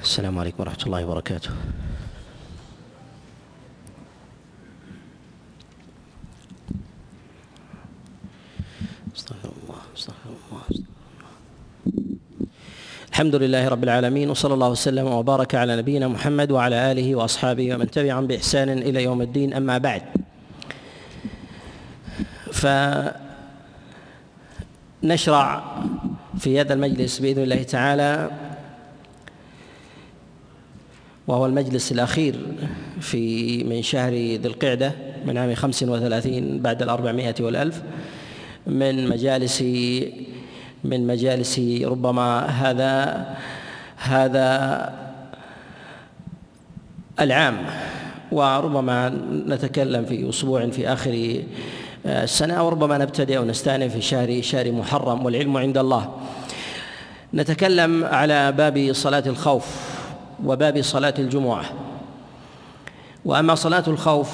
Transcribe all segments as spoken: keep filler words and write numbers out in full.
السلام عليكم ورحمة الله وبركاته. استغفر الله استغفر الله استغفر الله. الحمد لله رب العالمين، وصلى الله وسلم وبارك على نبينا محمد وعلى آله وأصحابه ومن تبعهم بإحسان إلى يوم الدين، أما بعد. فنشرع في هذا المجلس بإذن الله تعالى، وهو المجلس الأخير في من شهر ذي القعدة من عام خمس وثلاثين بعد الأربعمائة والألف من مجالس من مجالس ربما هذا هذا العام، وربما نتكلم في أسبوع في آخر السنة، وربما نبتدئ ونستأنف في شهر شهر محرم، والعلم عند الله. نتكلم على باب صلاة الخوف وباب صلاة الجمعة. وأما صلاة الخوف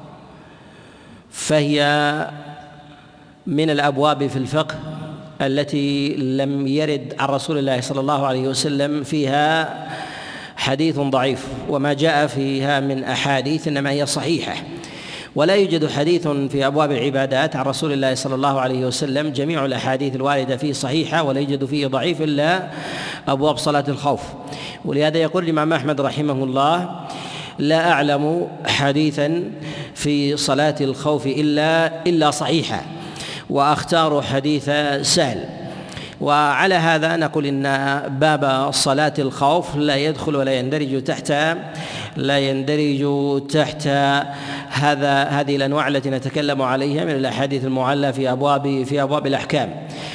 فهي من الأبواب في الفقه التي لم يرد عن رسول الله صلى الله عليه وسلم فيها حديث ضعيف، وما جاء فيها من أحاديث إنما هي صحيحة، ولا يوجد حديث في أبواب العبادات عن رسول الله صلى الله عليه وسلم جميع الأحاديث الواردة فيه صحيحة، ولا يوجد فيه ضعيف إلا أبواب صلاة الخوف. ولهذا يقول الإمام أحمد رحمه الله: لا أعلم حديثا في صلاة الخوف إلا إلا صحيحة، وأختار حديث سهل. وعلى هذا نقول إن باب صلاة الخوف لا يدخل ولا يندرج تحت لا يندرج تحت هذا هذه الأنواع التي نتكلم عليها من الأحاديث المعلة في أبواب في أبواب الأحكام.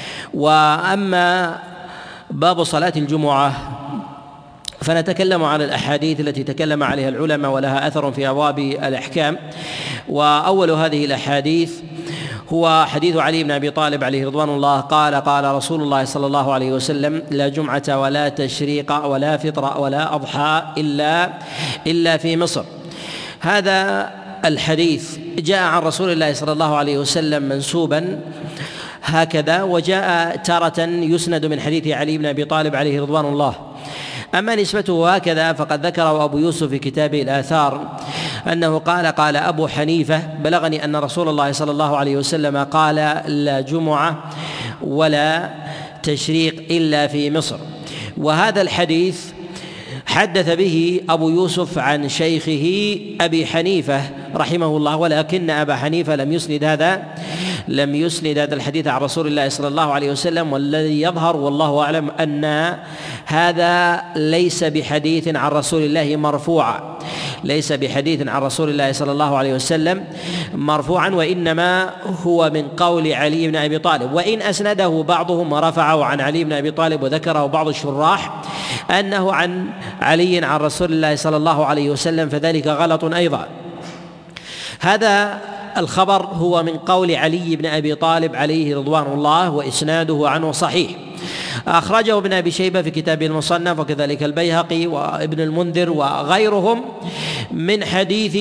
وأما باب صلاة الجمعة فنتكلم على الأحاديث التي تكلم عليها العلماء ولها أثر في أبواب الأحكام. وأول هذه الأحاديث هو حديث علي بن أبي طالب عليه رضوان الله قال: قال رسول الله صلى الله عليه وسلم: لا جمعة ولا تشريق ولا فطر ولا أضحى إلا إلا في مصر. هذا الحديث جاء عن رسول الله صلى الله عليه وسلم منسوبا هكذا، وجاء تارة يسند من حديث علي بن أبي طالب عليه رضوان الله. أما نسبته هكذا فقد ذكره أبو يوسف في كتابه الآثار أنه قال: قال أبو حنيفة: بلغني أن رسول الله صلى الله عليه وسلم قال: لا جمعة ولا تشريق إلا في مصر. وهذا الحديث حدث به أبو يوسف عن شيخه أبي حنيفة رحمه الله، ولكن أبا حنيفة لم يسند هذا لم يسند هذا الحديث عن رسول الله صلى الله عليه وسلم. والذي يظهر والله أعلم أن هذا ليس بحديث عن رسول الله مرفوعا ليس بحديث عن رسول الله صلى الله عليه وسلم مرفوعا وإنما هو من قول علي بن أبي طالب، وإن أسنده بعضهم ورفعه عن علي بن أبي طالب وذكره بعض الشراح أنه عن علي عن رسول الله صلى الله عليه وسلم، فذلك غلط أيضا. هذا الخبر هو من قول علي بن أبي طالب عليه رضوان الله، وإسناده عنه صحيح. أخرجه ابن أبي شيبة في كتابه المصنف، وكذلك البيهقي وابن المنذر وغيرهم من حديث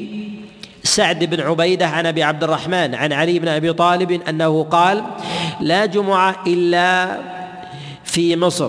سعد بن عبيدة عن أبي عبد الرحمن عن علي بن أبي طالب أنه قال: لا جمعة إلا في مصر،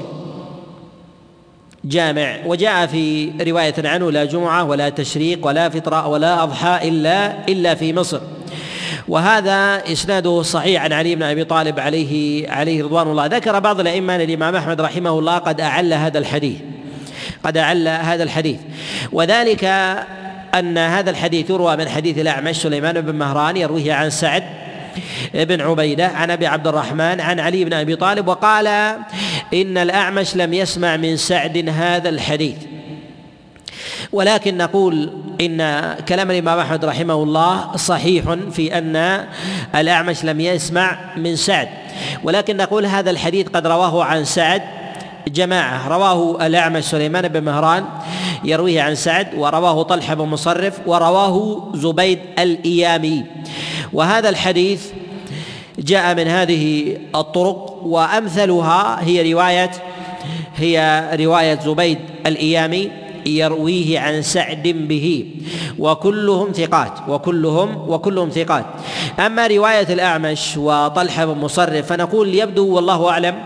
جامع. وجاء في رواية عنه: لا جمعة ولا تشريق ولا فطر ولا أضحى إلا إلا في مصر. وهذا إسناده صحيح عن علي بن أبي طالب عليه عليه رضوان الله. ذكر بعض الأئمة الإمام أحمد رحمه الله قد أعل هذا الحديث قد أعل هذا الحديث وذلك أن هذا الحديث يروى من حديث الأعمش سليمان بن مهران يرويه عن سعد بن عبيدة عن أبي عبد الرحمن عن علي بن أبي طالب، وقال إن الأعمش لم يسمع من سعد هذا الحديث. ولكن نقول إن كلام الإمام أحمد رحمه الله صحيح في أن الأعمش لم يسمع من سعد، ولكن نقول هذا الحديث قد رواه عن سعد جماعة. رواه الأعمش سليمان بن مهران يرويه عن سعد، ورواه طلحة بن مصرف، ورواه زبيد الإيامي. وهذا الحديث جاء من هذه الطرق، وأمثلها هي رواية هي رواية زبيد الإيامي يرويه عن سعد به، وكلهم ثقات وكلهم وكلهم ثقات. أما رواية الأعمش وطلحة بن مصرف فنقول يبدو والله أعلم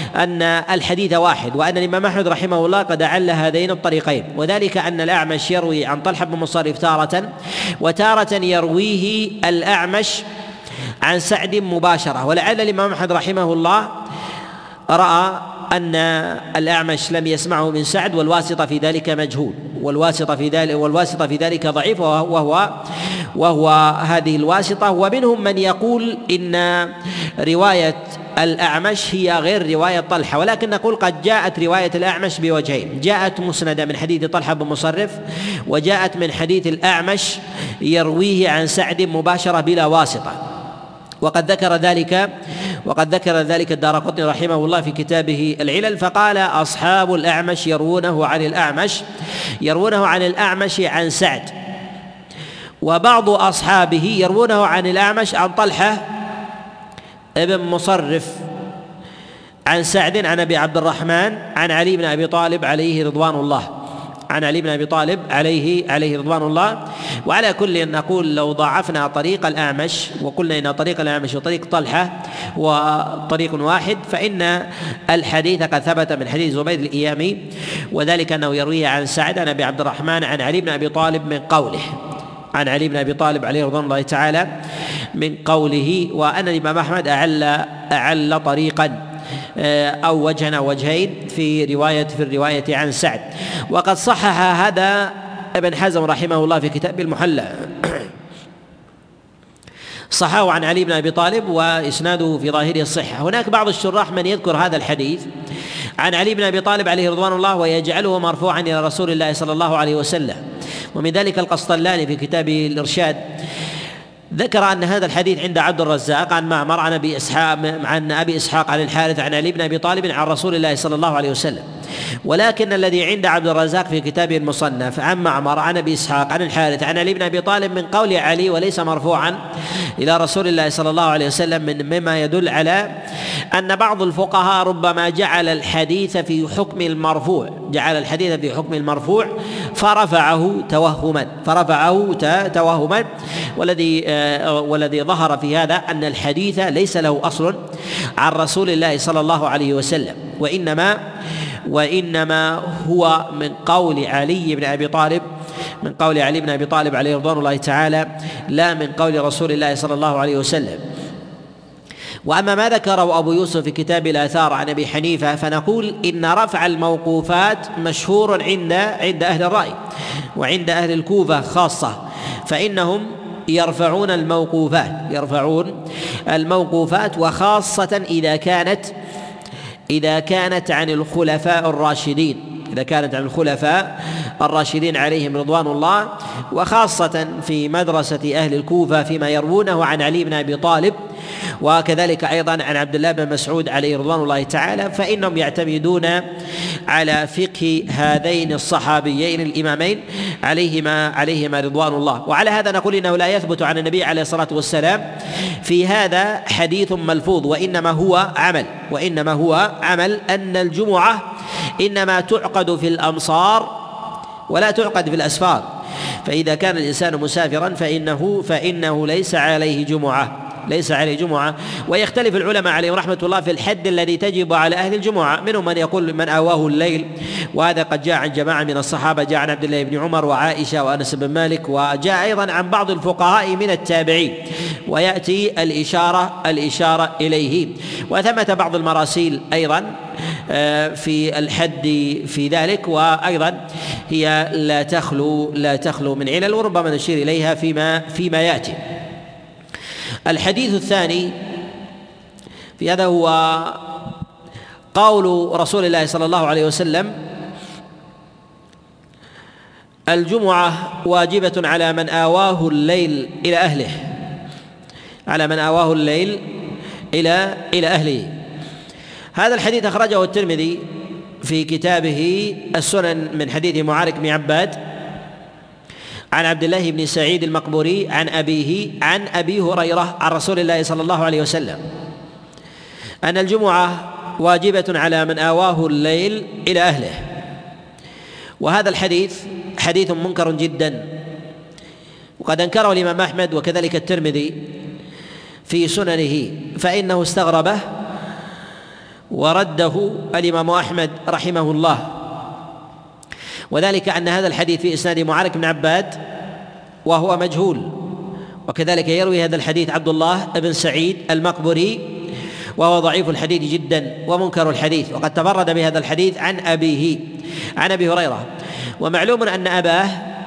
أن الحديث واحد، وأن الإمام أحمد رحمه الله قد أعل هذين الطريقين، وذلك أن الأعمش يروي عن طلحة بن مصرف تارة، وتارة يرويه الأعمش عن سعد مباشرة. ولعل الإمام أحمد رحمه الله رأى أن الأعمش لم يسمعه من سعد، والواسطة في ذلك مجهول، والواسطة في ذلك والواسطة في ذلك ضعيف، وهو وهو هذه الواسطة. ومنهم من يقول إن رواية الأعمش هي غير رواية طلحة، ولكن نقول قد جاءت رواية الأعمش بوجهين: جاءت مسندة من حديث طلحة بن مصرف، وجاءت من حديث الأعمش يرويه عن سعد مباشرة بلا واسطة. وقد ذكر ذلك وقد ذكر ذلك الدارقطني رحمه الله في كتابه العلل، فقال: أصحاب الأعمش يروونه عن الأعمش يروونه عن الأعمش عن سعد، وبعض أصحابه يروونه عن الأعمش عن طلحة ابن مصرف عن سعد عن أبي عبد الرحمن عن علي بن أبي طالب عليه رضوان الله عن علي بن أبي طالب عليه عليه رضوان الله. وعلى كل نقول لو ضاعفنا طريق الأعمش وقلنا إن طريق الأعمش وطريق طلحة وطريق واحد، فإن الحديث قد ثبت من حديث زبيد الإيامي، وذلك أنه يرويه عن سعد عن أبي عبد الرحمن عن علي بن أبي طالب من قوله عن علي بن أبي طالب عليه رضوان الله تعالى من قوله. وأن الإمام أحمد أعل أعل طريقا أو وجها أو وجهين في رواية في الرواية عن سعد. وقد صحح هذا ابن حزم رحمه الله في كتاب المحلى، صححه عن علي بن أبي طالب وإسناده في ظاهره الصحة. هناك بعض الشراح من يذكر هذا الحديث عن علي بن أبي طالب عليه رضوان الله ويجعله مرفوعا إلى رسول الله صلى الله عليه وسلم، ومن ذلك القسطلاني في كتابه الإرشاد ذكر أن هذا الحديث عند عبد الرزاق عن معمر عن أبي إسحاق عن أبي إسحاق عن الحارث عن علي بن أبي طالب عن رسول الله صلى الله عليه وسلم، ولكن الذي عند عبد الرزاق في كتابه المصنف عن معمر عن أبي إسحاق عن الحارث عن علي بن أبي طالب من قول علي وليس مرفوعا إلى رسول الله صلى الله عليه وسلم، من مما يدل على أن بعض الفقهاء ربما جعل الحديث في حكم المرفوع جعل الحديث في حكم المرفوع فرفعه توهما فرفعه توهما والذي والذي ظهر في هذا أن الحديث ليس له أصل عن رسول الله صلى الله عليه وسلم، وإنما وإنما هو من قول علي بن أبي طالب من قول علي بن أبي طالب عليه رضوان الله تعالى، لا من قول رسول الله صلى الله عليه وسلم. وأما ما ذكره أبو يوسف في كتاب الآثار عن أبي حنيفة فنقول إن رفع الموقوفات مشهور عند عند أهل الرأي وعند أهل الكوفة خاصة، فإنهم يرفعون الموقوفات يرفعون الموقوفات وخاصة إذا كانت إذا كانت عن الخلفاء الراشدين إذا كانت عن الخلفاء الراشدين عليهم رضوان الله، وخاصة في مدرسة أهل الكوفة فيما يروونه عن علي بن أبي طالب، وكذلك أيضا عن عبد الله بن مسعود عليه رضوان الله تعالى، فإنهم يعتمدون على فقه هذين الصحابيين الإمامين عليهما عليهما رضوان الله. وعلى هذا نقول إنه لا يثبت عن النبي عليه الصلاة والسلام في هذا حديث ملفوظ، وإنما هو عمل وإنما هو عمل أن الجمعة إنما تعقد في الأمصار ولا تعقد في الأسفار، فإذا كان الإنسان مسافرا فإنه فإنه ليس عليه جمعة ليس عليه جمعة. ويختلف العلماء عليهم رحمة الله في الحد الذي تجب على أهل الجمعة، منهم من يقول من آواه الليل، وهذا قد جاء عن جماعة من الصحابة، جاء عن عبد الله بن عمر وعائشة وأنس بن مالك، وجاء أيضا عن بعض الفقهاء من التابعين، ويأتي الإشارة الإشارة إليه. وثمة بعض المراسيل أيضا في الحد في ذلك، وأيضا هي لا تخلو لا تخلو من علل، وربما نشير إليها فيما فيما يأتي. الحديث الثاني في هذا هو قول رسول الله صلى الله عليه وسلم: الجمعة واجبة على من آواه الليل إلى أهله على من آواه الليل إلى إلى أهله. هذا الحديث أخرجه الترمذي في كتابه السنن من حديث معارك بن عباد عن عبد الله بن سعيد المقبوري عن أبيه عن أبي هريرة عن رسول الله صلى الله عليه وسلم أن الجمعة واجبة على من آواه الليل إلى أهله. وهذا الحديث حديث منكر جدا، وقد أنكره الإمام أحمد وكذلك الترمذي في سننه، فإنه استغربه ورده الإمام أحمد رحمه الله، وذلك أن هذا الحديث في إسناد معارك بن عباد وهو مجهول، وكذلك يروي هذا الحديث عبد الله بن سعيد المقبري وهو ضعيف الحديث جدا ومنكر الحديث، وقد تفرد بهذا الحديث عن أبيه عن أبي هريرة. ومعلوم أن أباه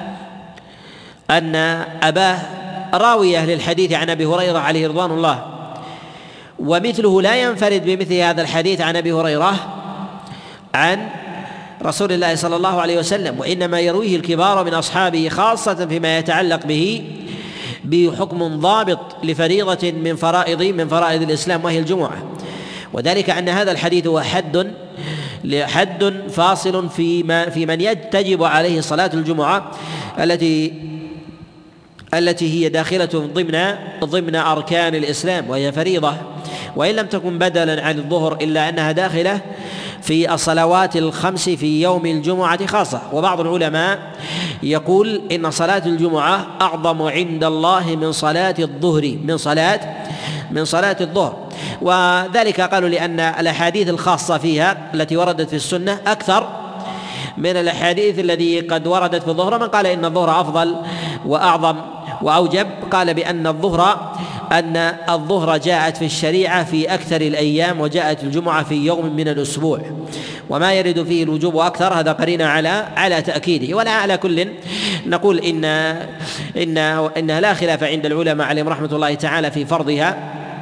أن أباه راوية للحديث عن أبي هريرة عليه رضوان الله، ومثله لا ينفرد بمثل هذا الحديث عن أبي هريرة عن رسول الله صلى الله عليه وسلم، وإنما يرويه الكبار من أصحابه، خاصة فيما يتعلق به بحكم ضابط لفريضة من فرائض من فرائض الإسلام وهي الجمعة، وذلك أن هذا الحديث هو حد حد فاصل في في من يجب عليه صلاة الجمعة التي التي هي داخلة ضمن ضمن أركان الإسلام، وهي فريضة وإن لم تكن بدلا عن الظهر، إلا أنها داخلة في الصلوات الخمس في يوم الجمعة خاصة. وبعض العلماء يقول إن صلاة الجمعة أعظم عند الله من صلاة الظهر من صلاة من صلاة الظهر، وذلك قالوا لأن الأحاديث الخاصة فيها التي وردت في السنة أكثر من الأحاديث التي قد وردت في الظهر. من قال إن الظهر أفضل وأعظم وأوجب قال بأن الظهر أن الظهر جاءت في الشريعة في أكثر الأيام، وجاءت الجمعة في يوم من الأسبوع، وما يرد فيه الوجوب أكثر هذا قرينا على على تأكيده. ولا على كل نقول إن إن إنها لا خلاف عند العلماء عليهم رحمة الله تعالى في فرضها،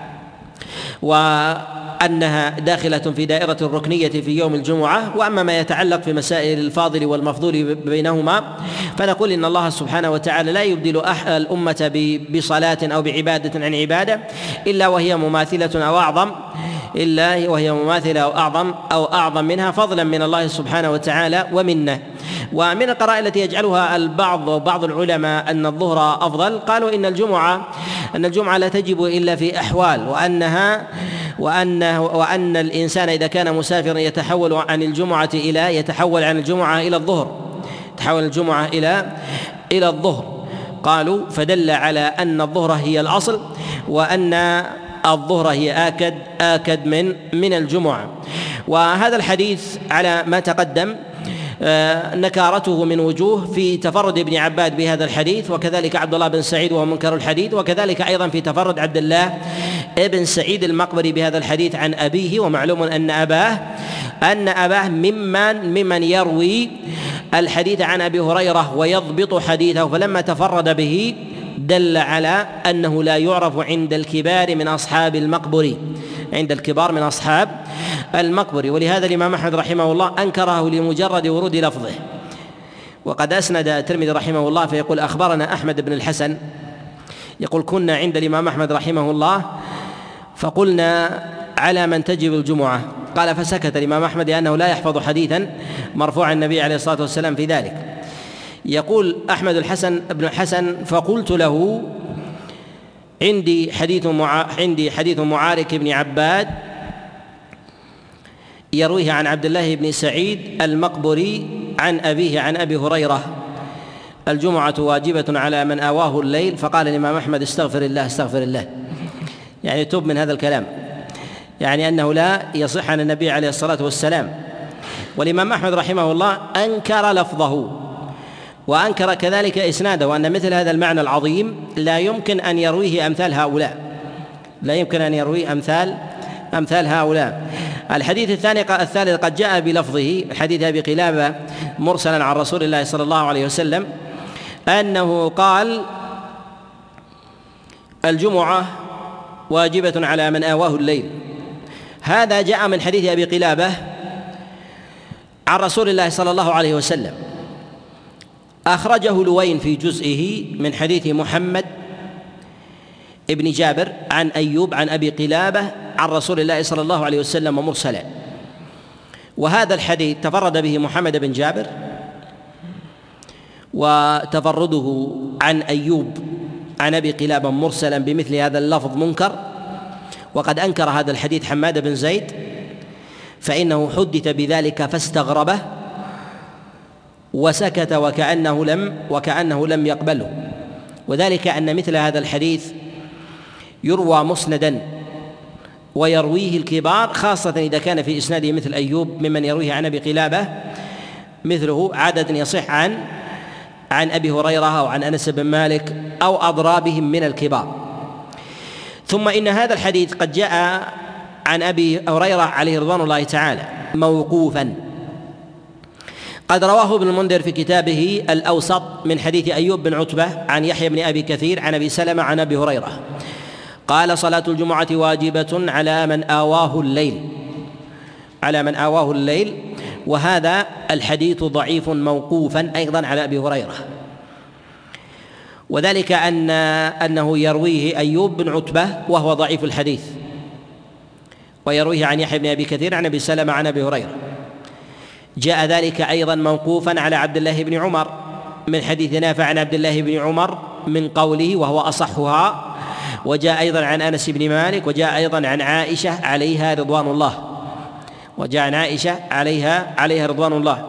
وأنها داخلة في دائرة الركنية في يوم الجمعة. وأما ما يتعلق في مسائل الفاضل والمفضول بينهما فنقول إن الله سبحانه وتعالى لا يبدل الأمة بصلاة أو بعبادة عن عبادة إلا وهي مماثلة أو أعظم إلا وهي مماثلة أو أعظم أو أعظم منها فضلا من الله سبحانه وتعالى ومنه. ومن القرائن التي يجعلها البعض وبعض العلماء أن الظهر أفضل قالوا إن الجمعة أن الجمعة لا تجب إلا في أحوال، وأنها وأن وأن الإنسان إذا كان مسافرا يتحول عن الجمعة إلى يتحول عن الجمعة إلى الظهر تحول الجمعة إلى إلى الظهر. قالوا فدل على أن الظهر هي الأصل، وأن الظهر هي آكد آكد من من الجمعة. وهذا الحديث على ما تقدم نكارته من وجوه في تفرد ابن عباد بهذا الحديث، وكذلك عبد الله بن سعيد وهو منكر الحديث، وكذلك أيضا في تفرد عبد الله ابن سعيد المقبري بهذا الحديث عن أبيه. ومعلوم أن أباه أن أباه ممن ممن يروي الحديث عن أبي هريرة ويضبط حديثه، فلما تفرد به دل على أنه لا يعرف عند الكبار من أصحاب المقبري عند الكبار من أصحاب المقبري. ولهذا الإمام أحمد رحمه الله أنكره لمجرد ورود لفظه. وقد أسند الترمذي رحمه الله فيقول أخبرنا أحمد بن الحسن يقول كنا عند الإمام أحمد رحمه الله فقلنا على من تجب الجمعة، قال فسكت الإمام أحمد لأنه لا يحفظ حديثا مرفوع النبي عليه الصلاة والسلام في ذلك. يقول أحمد الحسن ابن الحسن فقلت له عندي حديث مع... عندي حديث معارك بن عباد يرويه عن عبد الله بن سعيد المقبري عن أبيه عن أبي هريرة الجمعة واجبة على من آواه الليل. فقال الإمام أحمد استغفر الله استغفر الله، يعني تب من هذا الكلام، يعني أنه لا يصح عن النبي عليه الصلاة والسلام. والإمام أحمد رحمه الله أنكر لفظه وأنكر كذلك إسناده، وأن مثل هذا المعنى العظيم لا يمكن أن يرويه أمثال هؤلاء لا يمكن أن يرويه أمثال أمثال هؤلاء. الحديث الثاني الثالث قد جاء بلفظه حديث أبي قلابة مرسلا عن رسول الله صلى الله عليه وسلم أنه قال الجمعة واجبة على من آواه الليل. هذا جاء من حديث أبي قلابة عن رسول الله صلى الله عليه وسلم، أخرجه لوين في جزئه من حديث محمد ابن جابر عن أيوب عن أبي قلابة عن رسول الله صلى الله عليه وسلم مرسلا. وهذا الحديث تفرد به محمد بن جابر، وتفرده عن أيوب عن أبي قلابة مرسلا بمثل هذا اللفظ منكر. وقد أنكر هذا الحديث حماد بن زيد فإنه حدث بذلك فاستغربه وسكت وكأنه لم وكأنه لم يقبله، وذلك أن مثل هذا الحديث يروى مسندا ويرويه الكبار، خاصة إذا كان في إسناده مثل أيوب ممن يرويه عن أبي قلابة مثله عدد يصح عن عن أبي هريرة أو عن أنس بن مالك أو أضرابهم من الكبار. ثم إن هذا الحديث قد جاء عن أبي هريرة عليه رضوان الله تعالى موقوفا، قد رواه ابن المنذر في كتابه الأوسط من حديث أيوب بن عتبة عن يحيى بن أبي كثير عن أبي سلمة عن أبي هريرة قال: صلاة الجمعة واجبة على من آواه الليل على من آواه الليل وهذا الحديث ضعيف موقوفا أيضا على أبي هريرة، وذلك أن أنه يرويه أيوب بن عتبة وهو ضعيف الحديث، ويرويه عن يحيى بن أبي كثير عن أبي سلمة عن أبي هريرة. جاء ذلك أيضا موقوفا على عبد الله بن عمر من حديث نافع عن عبد الله بن عمر من قوله وهو أصحها، وجاء أيضا عن أنس بن مالك، وجاء أيضا عن عائشة عليها رضوان الله وجاء عن عائشة عليها عليها رضوان الله.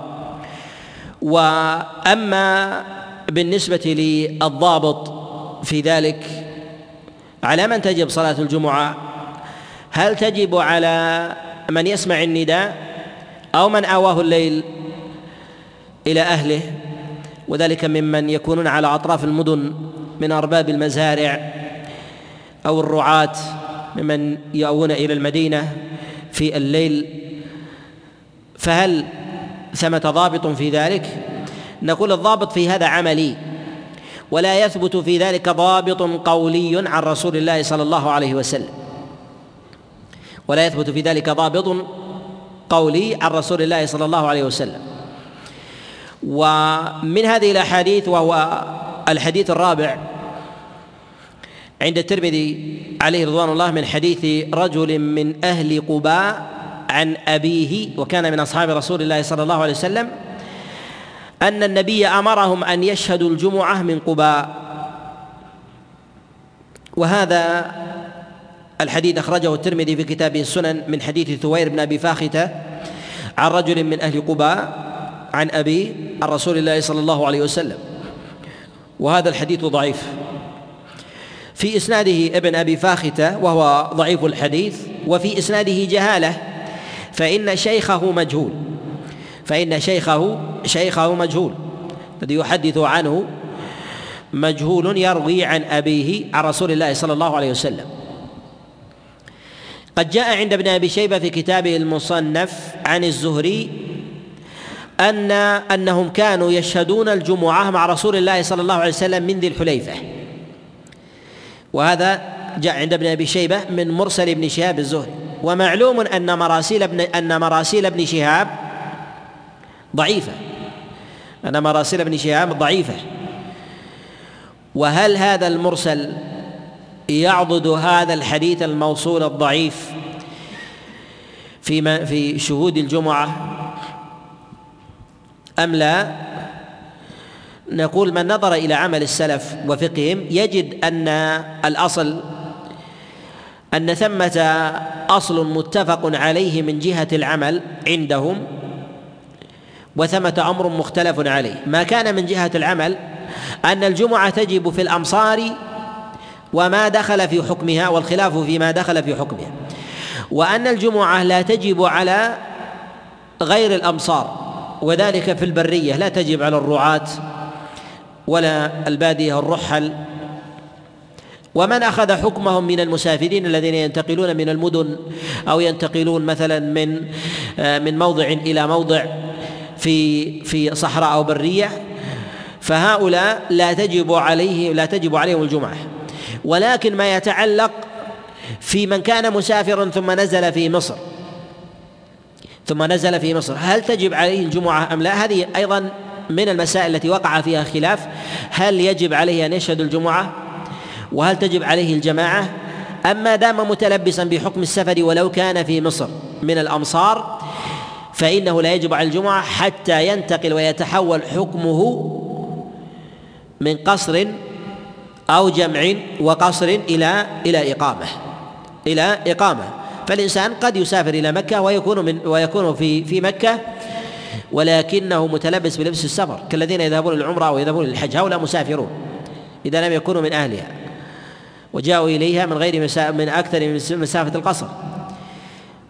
وأما بالنسبة للضابط في ذلك على من تجب صلاة الجمعة، هل تجب على من يسمع النداء أو من آواه الليل إلى أهله، وذلك ممن يكونون على أطراف المدن من أرباب المزارع أو الرعاة ممن يأوون إلى المدينة في الليل، فهل ثمة ضابط في ذلك؟ نقول الضابط في هذا عملي، ولا يثبت في ذلك ضابط قولي عن رسول الله صلى الله عليه وسلم ولا يثبت في ذلك ضابط قولي عن رسول الله صلى الله عليه وسلم. ومن هذه الأحاديث، وهو الحديث الرابع عند الترمذي عليه رضوان الله من حديث رجل من أهل قباء عن أبيه وكان من أصحاب رسول الله صلى الله عليه وسلم أن النبي أمرهم أن يشهدوا الجمعة من قباء. وهذا الحديث أخرجه الترمذي في كتابه السنن من حديث ثوير بن أبي فاختة عن رجل من أهل قباء عن أبي عن رسول الله صلى الله عليه وسلم، وهذا الحديث ضعيف. في إسناده ابن أبي فاختة وهو ضعيف الحديث، وفي إسناده جهالة، فإن شيخه مجهول فإن شيخه شيخه مجهول الذي يحدث عنه مجهول يروي عن أبيه عن رسول الله صلى الله عليه وسلم. قد جاء عند ابن أبي شيبة في كتابه المصنف عن الزهري أن أنهم كانوا يشهدون الجمعة مع رسول الله صلى الله عليه وسلم من ذي الحليفة، وهذا جاء عند ابن أبي شيبة من مرسل ابن شهاب الزهري. ومعلوم أن مراسيل ابن أن مراسيل ابن شهاب ضعيفة أن مراسيل ابن شهاب ضعيفة وهل هذا المرسل يعضد هذا الحديث الموصول الضعيف في في شهود الجمعة أم لا؟ نقول من نظر إلى عمل السلف وفقههم يجد أن الأصل أن ثمة أصل متفق عليه من جهة العمل عندهم، وثمة أمر مختلف عليه. ما كان من جهة العمل أن الجمعة تجب في الأمصار وما دخل في حكمها، والخلاف فيما دخل في حكمها، وأن الجمعة لا تجب على غير الأمصار، وذلك في البرية لا تجب على الرعاة ولا البادية الرحل. ومن أخذ حكمهم من المسافرين الذين ينتقلون من المدن أو ينتقلون مثلا من من موضع إلى موضع في في صحراء أو برية، فهؤلاء لا تجب عليه لا تجب عليهم الجمعة. ولكن ما يتعلق في من كان مسافرا ثم نزل في مصر ثم نزل في مصر هل تجب عليه الجمعة أم لا؟ هذه أيضا من المسائل التي وقع فيها خلاف، هل يجب عليه أن يشهد الجمعة وهل تجب عليه الجماعة؟ أما دام متلبسا بحكم السفر ولو كان في مصر من الأمصار فإنه لا يجب على الجمعة حتى ينتقل ويتحول حكمه من قصر أو جمع وقصر إلى إلى إقامة إلى إقامة. فالإنسان قد يسافر إلى مكة ويكون من ويكون في في مكة ولكنه متلبس بلبس السفر، كالذين يذهبون للعمرة أو يذهبون للحج، هؤلاء مسافرون إذا لم يكونوا من أهلها وجاءوا إليها من غير من أكثر من مسافة القصر.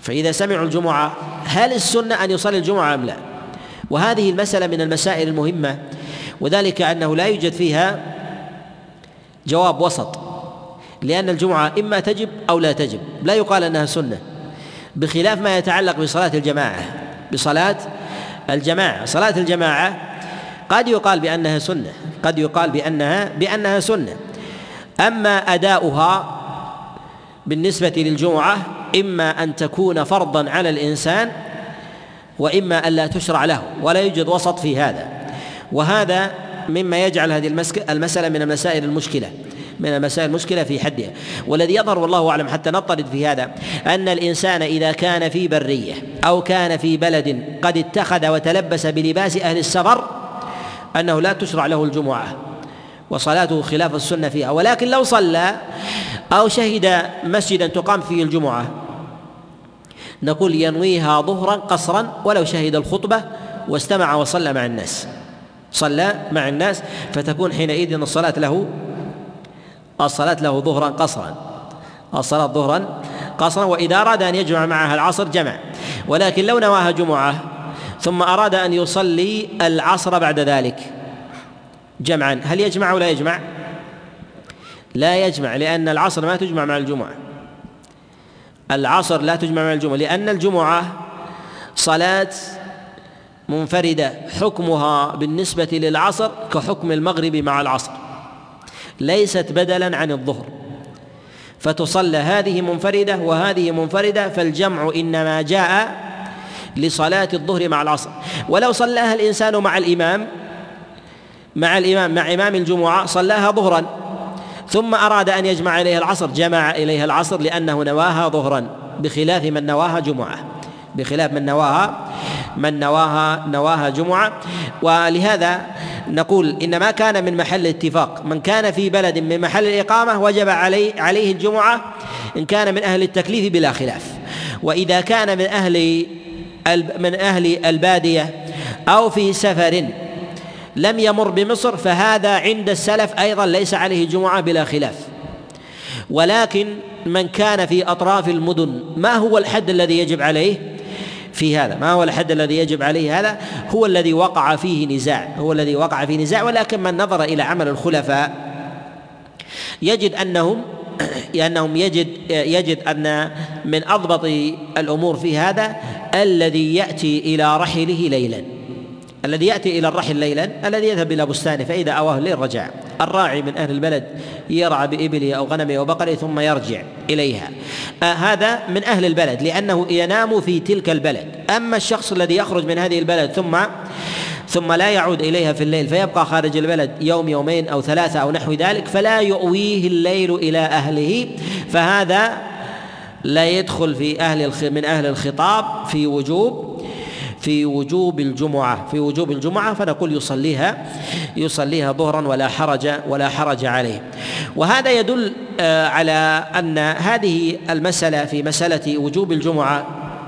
فإذا سمعوا الجمعة هل السنة أن يصلي الجمعة أم لا؟ وهذه المسألة من المسائل المهمة، وذلك أنه لا يوجد فيها جواب وسط، لأن الجمعة إما تجب أو لا تجب، لا يقال أنها سنة، بخلاف ما يتعلق بصلاة الجماعة. بصلاة الجماعة صلاة الجماعة قد يقال بأنها سنة، قد يقال بأنها بأنها سنة. أما أداؤها بالنسبة للجمعة إما أن تكون فرضا على الإنسان وإما أن لا تشرع له، ولا يوجد وسط في هذا. وهذا مما يجعل هذه المسألة من المسائل المشكلة من المسائل المشكلة في حدها. والذي يظهر والله أعلم حتى نطرد في هذا أن الإنسان إذا كان في برية أو كان في بلد قد اتخذ وتلبس بلباس أهل السفر أنه لا تشرع له الجمعة وصلاته خلاف السنة فيها، ولكن لو صلى أو شهد مسجدا تقام فيه الجمعة نقول ينويها ظهرا قصرا ولو شهد الخطبة واستمع وصلى مع الناس، صلى مع الناس، فتكون حينئذ الصلاة له الصلاة له ظهرا قصرا الصلاة ظهرا قصرا وإذا أراد أن يجمع معها العصر جمع. ولكن لو نواها جمعة ثم أراد أن يصلي العصر بعد ذلك جمعا، هل يجمع ولا يجمع؟ لا يجمع، لأن العصر ما تجمع مع الجمعة. العصر لا تجمع مع الجمعة، لأن الجمعة صلاة منفردة حكمها بالنسبة للعصر كحكم المغرب مع العصر، ليست بدلا عن الظهر، فتصلى هذه منفردة وهذه منفردة، فالجمع إنما جاء لصلاة الظهر مع العصر. ولو صلاها الإنسان مع الإمام مع الإمام مع إمام الجمعة صلاها ظهرا ثم أراد أن يجمع إليها العصر جمع إليها العصر لأنه نواها ظهرا، بخلاف من نواها جمعة بخلاف من نواها من نواها نواها جمعة. ولهذا نقول إنما كان من محل الاتفاق من كان في بلد من محل الإقامة وجب عليه عليه الجمعة إن كان من أهل التكليف بلا خلاف. وإذا كان من أهل من أهل البادية أو في سفر لم يمر بمصر فهذا عند السلف أيضا ليس عليه جمعة بلا خلاف. ولكن من كان في أطراف المدن ما هو الحد الذي يجب عليه في هذا؟ ما هو الحد الذي يجب عليه؟ هذا هو الذي وقع فيه نزاع هو الذي وقع فيه نزاع ولكن من نظر إلى عمل الخلفاء يجد أنهم لأنهم يجد يجد أن من أضبط الأمور في هذا الذي يأتي إلى رحله ليلا الذي يأتي إلى الرحل ليلا الذي يذهب إلى بستانه فإذا أواه الليل رجع. الراعي من أهل البلد يرعى بإبله أو غنمه أو بقره ثم يرجع إليها، آه هذا من أهل البلد لأنه ينام في تلك البلد. أما الشخص الذي يخرج من هذه البلد ثم ثم لا يعود إليها في الليل فيبقى خارج البلد يوم يومين أو ثلاثة أو نحو ذلك فلا يؤويه الليل إلى أهله، فهذا لا يدخل في أهل من أهل الخطاب في وجوب في وجوب الجمعة في وجوب الجمعة فنقول يصليها يصليها ظهرا ولا حرج ولا حرج عليه. وهذا يدل على أن هذه المسألة في مسألة وجوب الجمعة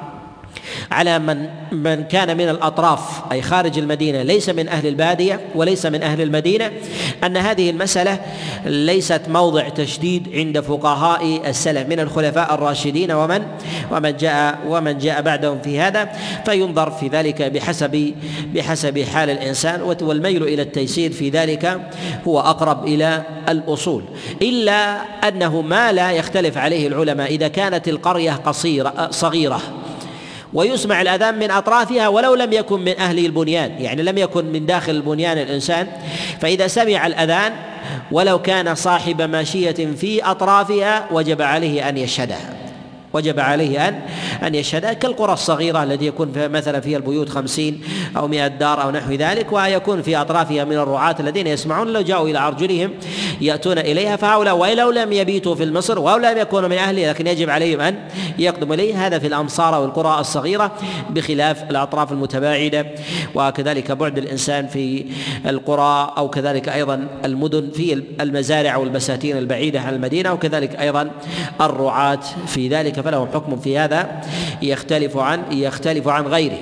على من من كان من الأطراف أي خارج المدينة ليس من أهل البادية وليس من أهل المدينة، أن هذه المسألة ليست موضع تشديد عند فقهاء السلف من الخلفاء الراشدين ومن ومن جاء ومن جاء بعدهم في هذا، فينظر في ذلك بحسب بحسب حال الإنسان، والميل إلى التيسير في ذلك هو أقرب إلى الأصول. إلا أنه ما لا يختلف عليه العلماء إذا كانت القرية قصيرة صغيرة ويسمع الأذان من أطرافها ولو لم يكن من أهل البنيان، يعني لم يكن من داخل البنيان الإنسان، فإذا سمع الأذان ولو كان صاحب ماشية في أطرافها وجب عليه أن يشهدها وجب عليه أن أن يشهدها كالقرى الصغيرة التي يكون فيها مثلا فيها البيوت خمسين أو مئة دار أو نحو ذلك، ويكون في أطرافها من الرعاة الذين يسمعون لو جاءوا إلى أرجلهم يأتون إليها، فهؤلاء ولو لم يبيتوا في مصر ولو لم يكونوا من أهله لكن يجب عليهم أن يقدموا إليه. هذا في الأمصار والقرى الصغيرة بخلاف الأطراف المتباعدة، وكذلك بعد الإنسان في القرى أو كذلك أيضا المدن في المزارع والبساتين البعيدة عن المدينة، وكذلك أيضا الرعاة في ذلك، فلهم حكم في هذا يختلف عن يختلف عن غيره.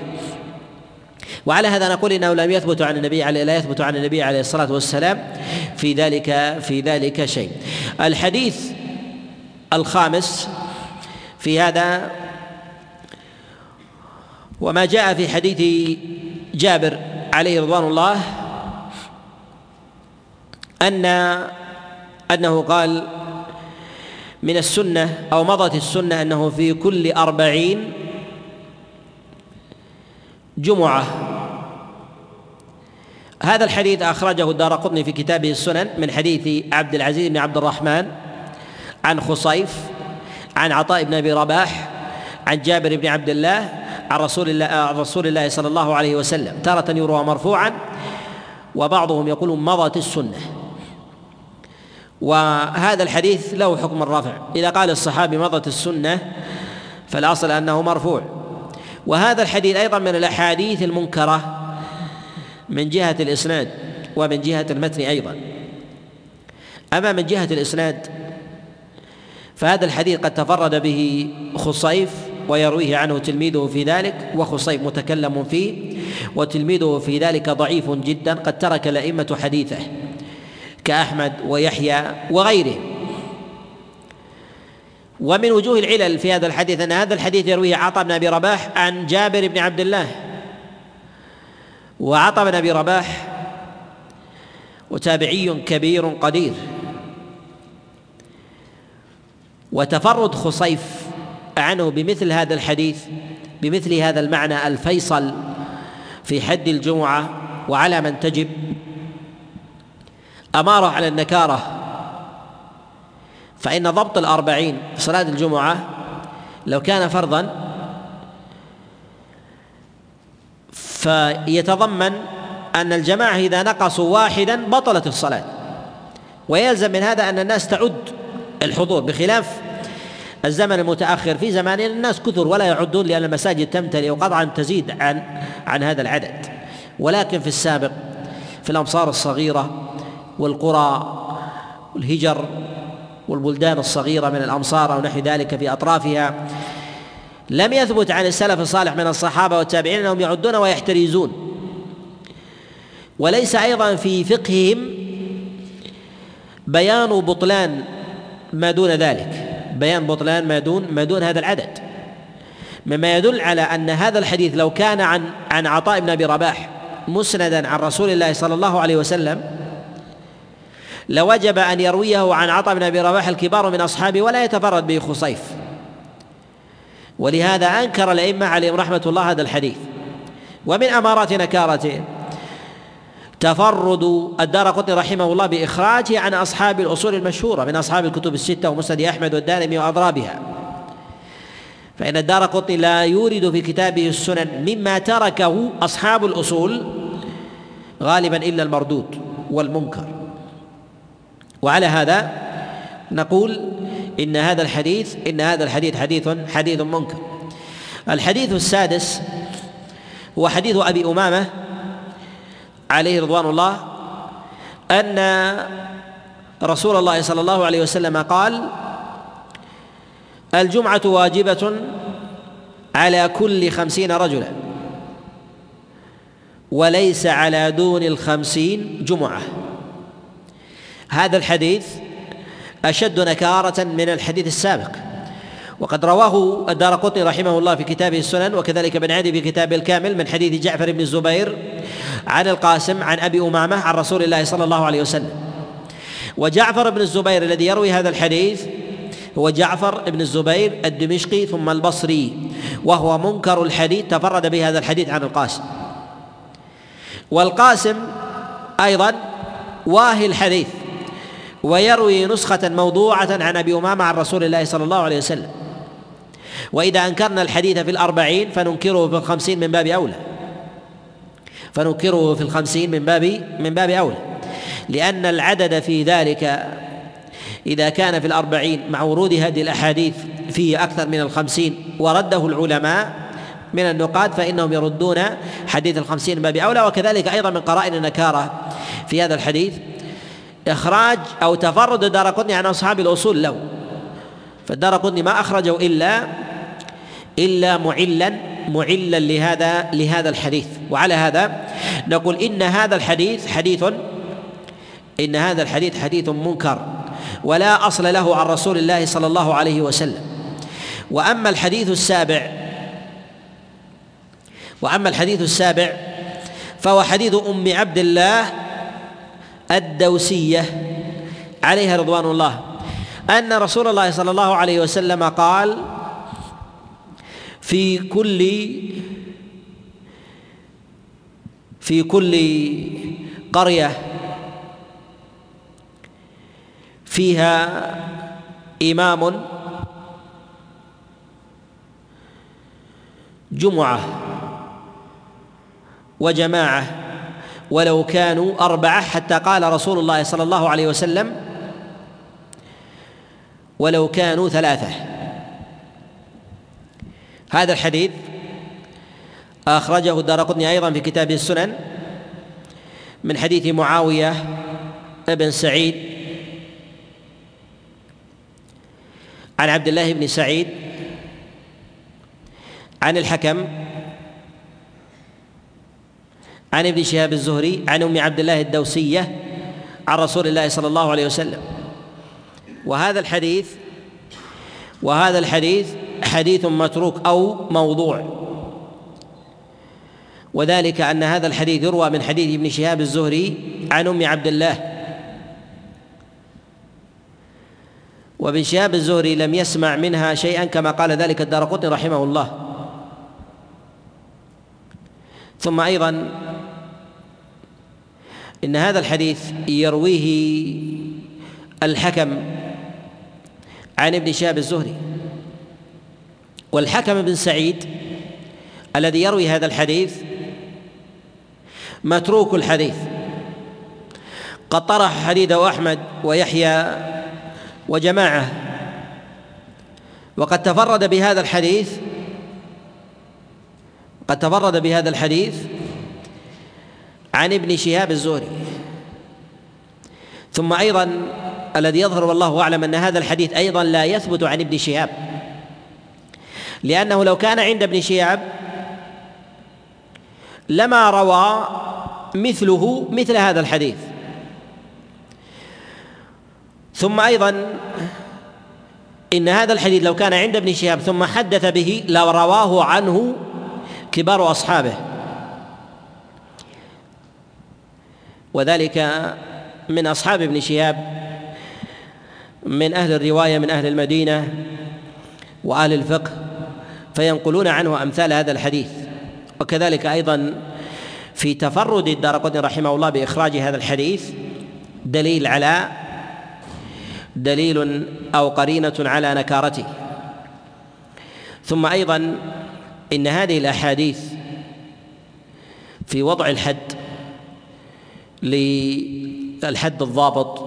وعلى هذا نقول انه لم يثبت عن النبي عليه لا يثبت عن النبي عليه الصلاة والسلام في ذلك في ذلك شيء. الحديث الخامس في هذا وما جاء في حديث جابر عليه رضوان الله أن أنه قال من السنة أو مضت السنة أنه في كل أربعين جمعة. هذا الحديث أخرجه الدارقطني في كتابه السنن من حديث عبد العزيز بن عبد الرحمن عن خصيف عن عطاء بن أبي رباح عن جابر بن عبد الله عن رسول الله عن رسول الله صلى الله عليه وسلم، تارة يروى مرفوعا وبعضهم يقول مضت السنة. وهذا الحديث له حكم الرفع، إذا قال الصحابي مضت السنة فالأصل أنه مرفوع. وهذا الحديث أيضا من الأحاديث المنكرة من جهة الإسناد ومن جهة المتن أيضا. أما من جهة الإسناد فهذا الحديث قد تفرد به خصيف ويرويه عنه تلميذه في ذلك، وخصيف متكلم فيه وتلميذه في ذلك ضعيف جدا، قد ترك الأئمة حديثه كأحمد ويحيى وغيره. ومن وجوه العلل في هذا الحديث أن هذا الحديث يرويه عطاء بن أبي رباح عن جابر بن عبد الله، وعطاء بن أبي رباح وتابعي كبير قدير، وتفرد خصيف عنه بمثل هذا الحديث بمثل هذا المعنى الفيصل في حد الجمعة وعلى من تجب أمارة على النكارة. فإن ضبط الأربعين في صلاة الجمعة لو كان فرضا فيتضمن أن الجماعة إذا نقصوا واحدا بطلت الصلاة، ويلزم من هذا أن الناس تعد الحضور، بخلاف الزمن المتأخر. في زماننا الناس كثر ولا يعدون لأن المساجد تمتلئ وقطعا تزيد عن عن هذا العدد، ولكن في السابق في الأمصار الصغيرة والقرى والهجر والبلدان الصغيرة من الأمصار أو نحو ذلك في أطرافها لم يثبت عن السلف الصالح من الصحابة والتابعين أنهم يعدون ويحترزون، وليس أيضا في فقههم بيان بطلان ما دون ذلك، بيان بطلان ما دون ما دون هذا العدد، مما يدل على أن هذا الحديث لو كان عن عن عطاء بن أبي رباح مسندا عن رسول الله صلى الله عليه وسلم لوجب أن يرويه عن عطاء بن أبي رباح الكبار من أصحابه ولا يتفرد به خصيف. ولهذا أنكر الأئمة عليهم رحمة الله هذا الحديث. ومن أمارات نكارته تفرد الدارقطني رحمه الله بإخراجه عن أصحاب الأصول المشهورة من أصحاب الكتب الستة ومسند أحمد والدارمي وأضرابها، فإن الدارقطني لا يورد في كتابه السنن مما تركه أصحاب الأصول غالبا إلا المردود والمنكر. وعلى هذا نقول إن هذا الحديث إن هذا الحديث حديث حديث منكر. الحديث السادس هو حديث أبي أمامة عليه رضوان الله أن رسول الله صلى الله عليه وسلم قال: الجمعة واجبة على كل خمسين رجلا وليس على دون الخمسين جمعة. هذا الحديث أشد نكارة من الحديث السابق، وقد رواه الدارقطني رحمه الله في كتابه السنن، وكذلك ابن عدي في كتابه الكامل من حديث جعفر بن الزبير عن القاسم عن أبي أمامة عن رسول الله صلى الله عليه وسلم. وجعفر بن الزبير الذي يروي هذا الحديث هو جعفر بن الزبير الدمشقي ثم البصري، وهو منكر الحديث، تفرد بهذا الحديث عن القاسم. والقاسم أيضا واهي الحديث ويروي نسخة موضوعة عن أبي أمامة عن رسول الله صلى الله عليه وسلم. وإذا أنكرنا الحديث في الأربعين فننكره في الخمسين من باب أولى فننكره في الخمسين من باب من باب أولى لأن العدد في ذلك إذا كان في الأربعين مع ورود هذه الأحاديث فيه أكثر من الخمسين ورده العلماء من النقاد فإنهم يردون حديث الخمسين من باب أولى. وكذلك أيضا من قرائن النكارة في هذا الحديث إخراج أو تفرد الدارقطني عن أصحاب الأصول له، فالدارقطني ما أخرجه إلا إلا معلا معلا لهذا لهذا الحديث. وعلى هذا نقول إن هذا الحديث حديث إن هذا الحديث حديث منكر ولا أصل له عن رسول الله صلى الله عليه وسلم. وأما الحديث السابع وأما الحديث السابع فهو حديث أم عبد الله الدوسية عليها رضوان الله أن رسول الله صلى الله عليه وسلم قال: في كل في كل قرية فيها إمام جمعة وجماعة ولو كانوا أربعة، حتى قال رسول الله صلى الله عليه وسلم: ولو كانوا ثلاثة. هذا الحديث أخرجه الدارقطني أيضا في كتابه السنن من حديث معاوية بن سعيد عن عبد الله بن سعيد عن الحكم عن ابن شهاب الزهري عن أم عبد الله الدوسية عن رسول الله صلى الله عليه وسلم. وهذا الحديث وهذا الحديث حديث متروك أو موضوع، وذلك أن هذا الحديث يروى من حديث ابن شهاب الزهري عن أم عبد الله، وابن شهاب الزهري لم يسمع منها شيئا كما قال ذلك الدارقطني رحمه الله. ثم أيضا إن هذا الحديث يرويه الحكم عن ابن شهاب الزهري، والحكم بن سعيد الذي يروي هذا الحديث متروك الحديث، قد طرح حديثه أحمد ويحيى وجماعة، وقد تفرد بهذا الحديث قد تفرد بهذا الحديث عن ابن شهاب الزهري. ثم أيضا الذي يظهر والله أعلم أن هذا الحديث أيضا لا يثبت عن ابن شهاب، لأنه لو كان عند ابن شهاب لما روى مثله مثل هذا الحديث. ثم أيضا إن هذا الحديث لو كان عند ابن شهاب ثم حدث به لرواه عنه كبار أصحابه، وذلك من أصحاب ابن شهاب من أهل الرواية من أهل المدينة وأهل الفقه، فينقلون عنه أمثال هذا الحديث. وكذلك أيضا في تفرد الدارقطني رحمه الله بإخراج هذا الحديث دليل على دليل أو قرينة على نكارته. ثم أيضا إن هذه الأحاديث في وضع الحد للحد الضابط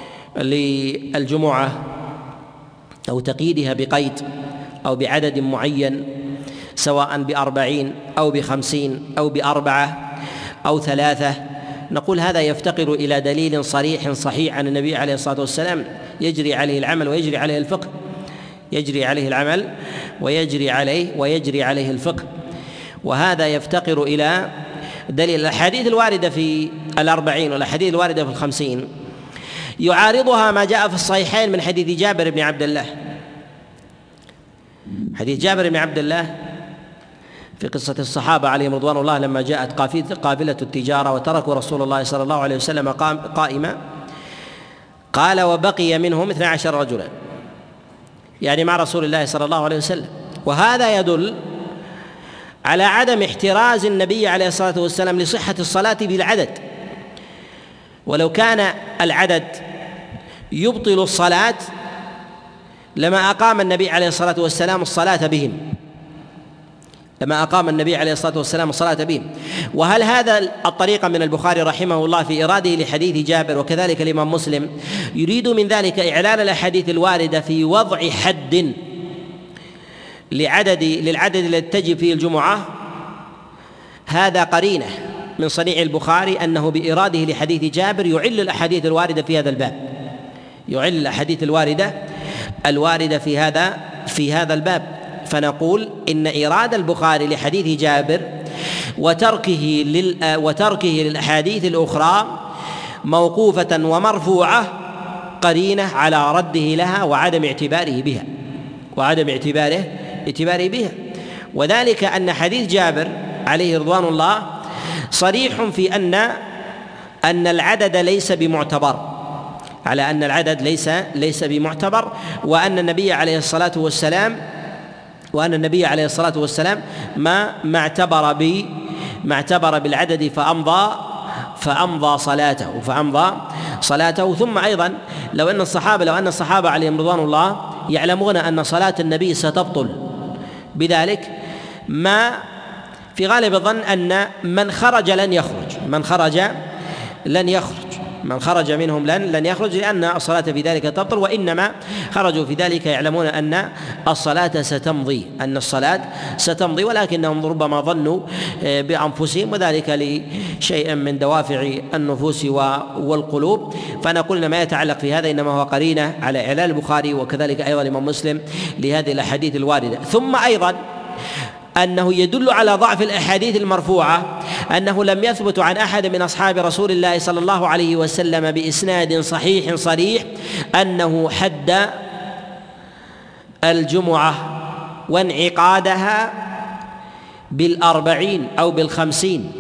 للجمعة أو تقييدها بقيد أو بعدد معين، سواء بأربعين أو بخمسين أو بأربعة أو ثلاثة، نقول هذا يفتقر إلى دليل صريح صحيح عن النبي عليه الصلاة والسلام يجري عليه العمل ويجري عليه الفقه يجري عليه العمل ويجري عليه ويجري عليه الفقه. وهذا يفتقر إلى دليل. الأحاديث الواردة في الأربعين والأحاديث الواردة في الخمسين يعارضها ما جاء في الصحيحين من حديث جابر بن عبد الله. حديث جابر بن عبد الله في قصة الصحابة عليهم رضوان الله لما جاءت قافلة التجارة وتركوا رسول الله صلى الله عليه وسلم قائما، قال: وبقي منهم اثنا عشر رجلا، يعني مع رسول الله صلى الله عليه وسلم. وهذا يدل على عدم احتراز النبي عليه الصلاة والسلام لصحة الصلاة بالعدد، ولو كان العدد يبطل الصلاة لما أقام النبي عليه الصلاة والسلام الصلاة بهم لما أقام النبي عليه الصلاة والسلام الصلاة بهم. وهل هذا الطريقة من البخاري رحمه الله في إراده لحديث جابر وكذلك الإمام مسلم يريد من ذلك إعلان الأحاديث الواردة في وضع حد لعدد للعدد الذي تجب فيه الجمعة؟ هذا قرينة من صنيع البخاري أنه بإراده لحديث جابر يعل الأحاديث الواردة في هذا الباب يعل الأحاديث الواردة الواردة في هذا في هذا الباب. فنقول إن إيراد البخاري لحديث جابر وتركه لل وتركه للأحاديث الأخرى موقوفة ومرفوعة قرينة على رده لها وعدم اعتباره بها وعدم اعتباره اعتباره بها وذلك أن حديث جابر عليه رضوان الله صريح في أن أن العدد ليس بمعتبر، على أن العدد ليس ليس بمعتبر، وأن النبي عليه الصلاة والسلام وأن النبي عليه الصلاة والسلام ما ما اعتبر ب ما اعتبر بالعدد فأمضى فأمضى صلاته فأمضى صلاته. ثم أيضا لو أن الصحابة لو أن الصحابة عليهم رضوان الله يعلمون أن صلاة النبي ستبطل بذلك، ما في غالب الظن أن من خرج لن يخرج من خرج لن يخرج من خرج منهم لن لن يخرج لأن الصلاة في ذلك تبطل، وإنما خرجوا في ذلك يعلمون أن الصلاة ستمضي أن الصلاة ستمضي ولكنهم ربما ظنوا بأنفسهم، وذلك لشيء من دوافع النفوس والقلوب. فنقول ما يتعلق في هذا إنما هو قرينة على إعلان البخاري وكذلك أيضا الإمام مسلم لهذه الأحاديث الواردة. ثم أيضا أنه يدل على ضعف الأحاديث المرفوعة أنه لم يثبت عن أحد من أصحاب رسول الله صلى الله عليه وسلم بإسناد صحيح صريح أنه حد الجمعة وانعقادها بالأربعين أو بالخمسين،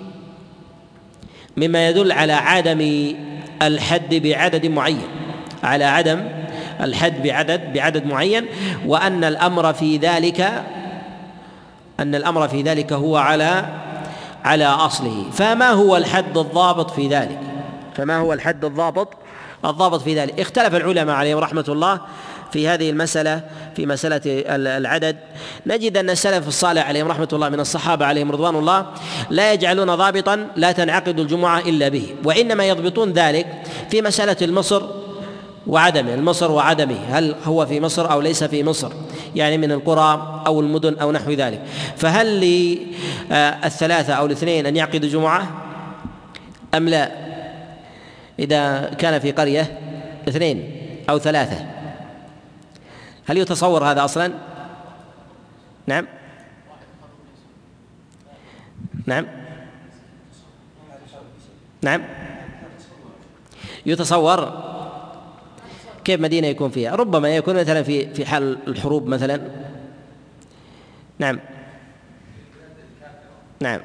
مما يدل على عدم الحد بعدد معين على عدم الحد بعدد بعدد معين وأن الأمر في ذلك أن الأمر في ذلك هو على على أصله. فما هو الحد الضابط في ذلك؟ فما هو الحد الضابط الضابط في ذلك؟ اختلف العلماء عليهم رحمة الله في هذه المسألة في مسألة العدد. نجد أن السلف الصالح عليهم رحمة الله من الصحابة عليهم رضوان الله لا يجعلون ضابطا لا تنعقد الجمعة إلا به، وإنما يضبطون ذلك في مسألة المصر وعدمه المصر وعدمه هل هو في مصر أو ليس في مصر، يعني من القرى أو المدن أو نحو ذلك. فهل للثلاثة أو الاثنين أن يعقدوا جمعة أم لا؟ إذا كان في قرية اثنين أو ثلاثة هل يتصور هذا أصلا؟ نعم نعم نعم يتصور. كيف مدينة يكون فيها؟ ربما يكون مثلا في في حال الحروب مثلا. نعم نعم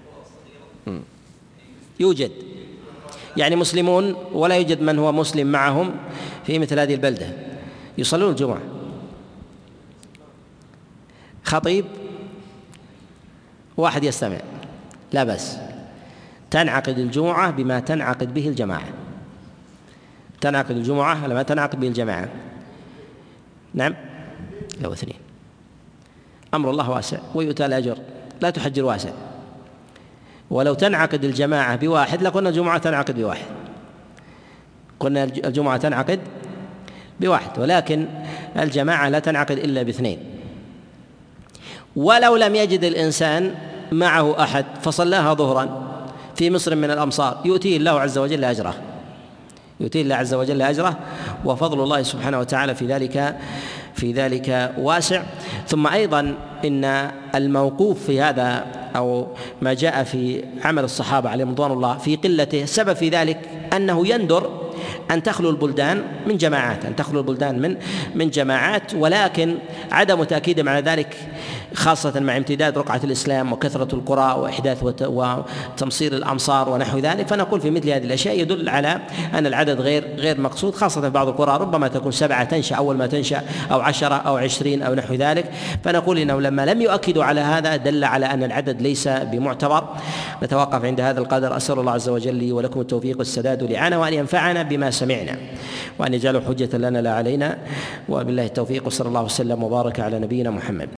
يوجد يعني مسلمون ولا يوجد من هو مسلم معهم في مثل هذه البلدة يصلون الجمعة. خطيب واحد يستمع لا بس، تنعقد الجمعة بما تنعقد به الجماعة تنعقد الجمعة لما تنعقد به الجماعة. نعم لو اثنين أمر الله واسع ويؤتى الأجر لا تحجر واسع. ولو تنعقد الجماعة بواحد لقلنا الجمعة تنعقد بواحد قلنا الجمعة تنعقد بواحد ولكن الجماعة لا تنعقد إلا باثنين. ولو لم يجد الإنسان معه أحد فصلاها ظهرا في مصر من الأمصار يؤتيه الله عز وجل أجره يؤتيه الله عز وجل أجره وفضل الله سبحانه وتعالى في ذلك في ذلك واسع. ثم أيضا إن الموقوف في هذا أو ما جاء في عمل الصحابة عليهم رضوان الله في قلته السبب في ذلك أنه يندر أن تخلو البلدان من جماعات أن تخلو البلدان من من جماعات ولكن عدم تأكيد على ذلك خاصة مع امتداد رقعة الإسلام وكثرة القرى وإحداث وتمصير الأمصار ونحو ذلك. فنقول في مثل هذه الأشياء يدل على أن العدد غير غير مقصود، خاصة في بعض القرى ربما تكون سبعة تنشأ أول ما تنشأ أو عشرة أو عشرين أو نحو ذلك. فنقول إنه لما لم يؤكدوا على هذا دل على أن العدد ليس بمعتبر. نتوقف عند هذا القدر. أسأل الله عز وجل لي ولكم التوفيق والسداد والإعانة وأن ينفعنا بما سمعنا وأن يجعله حجة لنا لا علينا، وبالله التوفيق. وصلى الله وسلم وبارك على نبينا محمد.